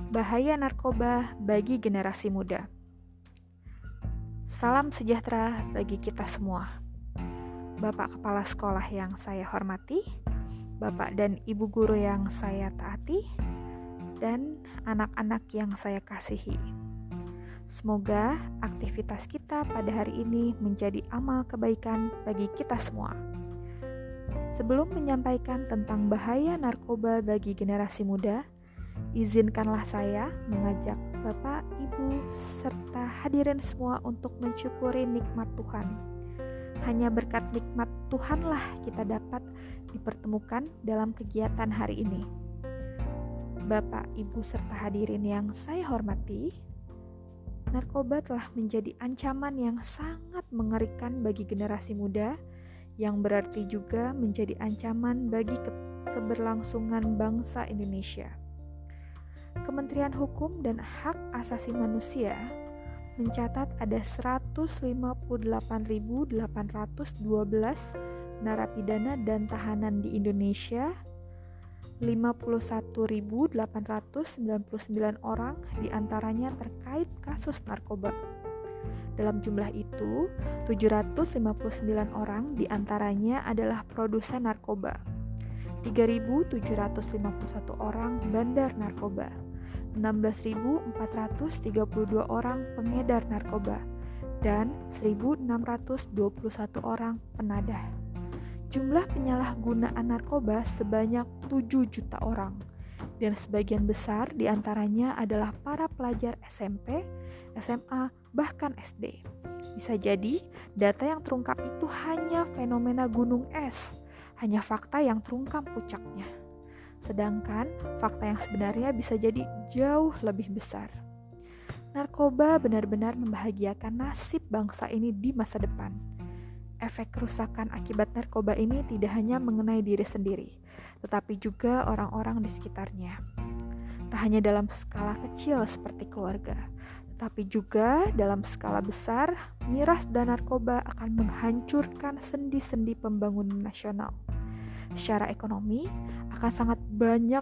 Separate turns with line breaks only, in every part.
Bahaya narkoba bagi generasi muda. Salam sejahtera bagi kita semua. Bapak Kepala Sekolah yang saya hormati, Bapak dan Ibu Guru yang saya taati, dan anak-anak yang saya kasihi. Semoga aktivitas kita pada hari ini menjadi amal kebaikan bagi kita semua. Sebelum menyampaikan tentang bahaya narkoba bagi generasi muda, izinkanlah saya mengajak Bapak, Ibu, serta hadirin semua untuk mensyukuri nikmat Tuhan. Hanya berkat nikmat Tuhanlah kita dapat dipertemukan dalam kegiatan hari ini. Bapak, Ibu, serta hadirin yang saya hormati, narkoba telah menjadi ancaman yang sangat mengerikan bagi generasi muda, yang berarti juga menjadi ancaman bagi keberlangsungan bangsa Indonesia. Kementerian Hukum dan Hak Asasi Manusia mencatat ada 158.812 narapidana dan tahanan di Indonesia, 51.899 orang diantaranya terkait kasus narkoba. Dalam jumlah itu, 759 orang diantaranya adalah produsen narkoba, 3.751 orang bandar narkoba, 16.432 orang pengedar narkoba, dan 1.621 orang penadah. Jumlah penyalahgunaan narkoba sebanyak 7 juta orang, dan sebagian besar diantaranya adalah para pelajar SMP, SMA, bahkan SD. Bisa jadi, data yang terungkap itu hanya fenomena gunung es, hanya fakta yang terungkap puncaknya. Sedangkan fakta yang sebenarnya bisa jadi jauh lebih besar. Narkoba benar-benar membahagiakan nasib bangsa ini di masa depan. Efek kerusakan akibat narkoba ini tidak hanya mengenai diri sendiri, tetapi juga orang-orang di sekitarnya. Tak hanya dalam skala kecil seperti keluarga, tetapi juga dalam skala besar, miras dan narkoba akan menghancurkan sendi-sendi pembangunan nasional. Secara ekonomi, akan sangat banyak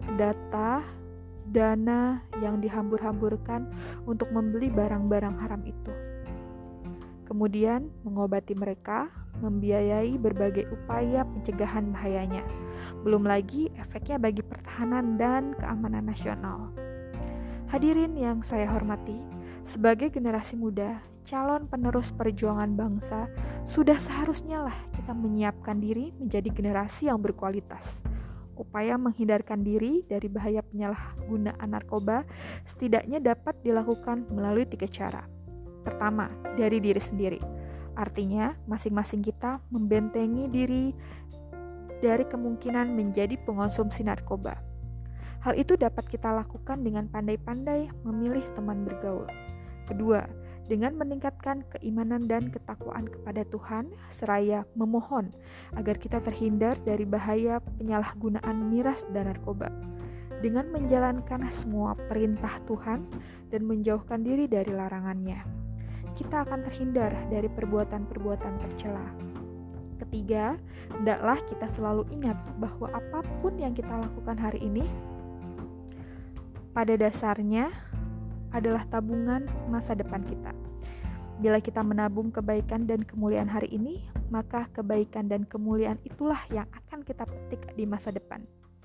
dana yang dihambur-hamburkan untuk membeli barang-barang haram itu. Kemudian mengobati mereka, membiayai berbagai upaya pencegahan bahayanya. Belum lagi efeknya bagi pertahanan dan keamanan nasional. Hadirin yang saya hormati, sebagai generasi muda, calon penerus perjuangan bangsa, sudah seharusnya lah kita menyiapkan diri menjadi generasi yang berkualitas. Upaya menghindarkan diri dari bahaya penyalahgunaan narkoba setidaknya dapat dilakukan melalui 3 cara. Pertama, dari diri sendiri. Artinya, masing-masing kita membentengi diri dari kemungkinan menjadi pengonsumsi narkoba. Hal itu dapat kita lakukan dengan pandai-pandai memilih teman bergaul. Kedua, dengan meningkatkan keimanan dan ketakwaan kepada Tuhan, seraya memohon agar kita terhindar dari bahaya penyalahgunaan miras dan narkoba. Dengan menjalankan semua perintah Tuhan dan menjauhkan diri dari larangannya, kita akan terhindar dari perbuatan-perbuatan tercela. Ketiga, hendaklah kita selalu ingat bahwa apapun yang kita lakukan hari ini, pada dasarnya adalah tabungan masa depan kita. Bila kita menabung kebaikan dan kemuliaan hari ini, maka kebaikan dan kemuliaan itulah yang akan kita petik di masa depan,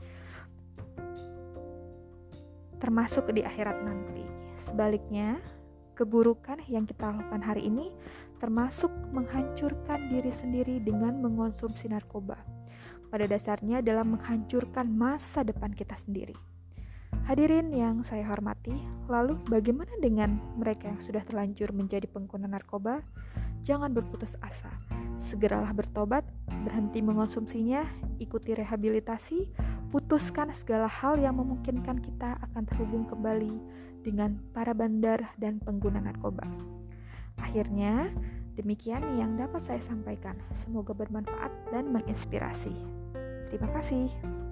termasuk di akhirat nanti. Sebaliknya, keburukan yang kita lakukan hari ini termasuk menghancurkan diri sendiri dengan mengonsumsi narkoba. Pada dasarnya adalah menghancurkan masa depan kita sendiri. Hadirin yang saya hormati, lalu bagaimana dengan mereka yang sudah terlanjur menjadi pengguna narkoba? Jangan berputus asa. Segeralah bertobat, berhenti mengonsumsinya, ikuti rehabilitasi, putuskan segala hal yang memungkinkan kita akan terhubung kembali dengan para bandar dan pengguna narkoba. Akhirnya, demikian yang dapat saya sampaikan. Semoga bermanfaat dan menginspirasi. Terima kasih.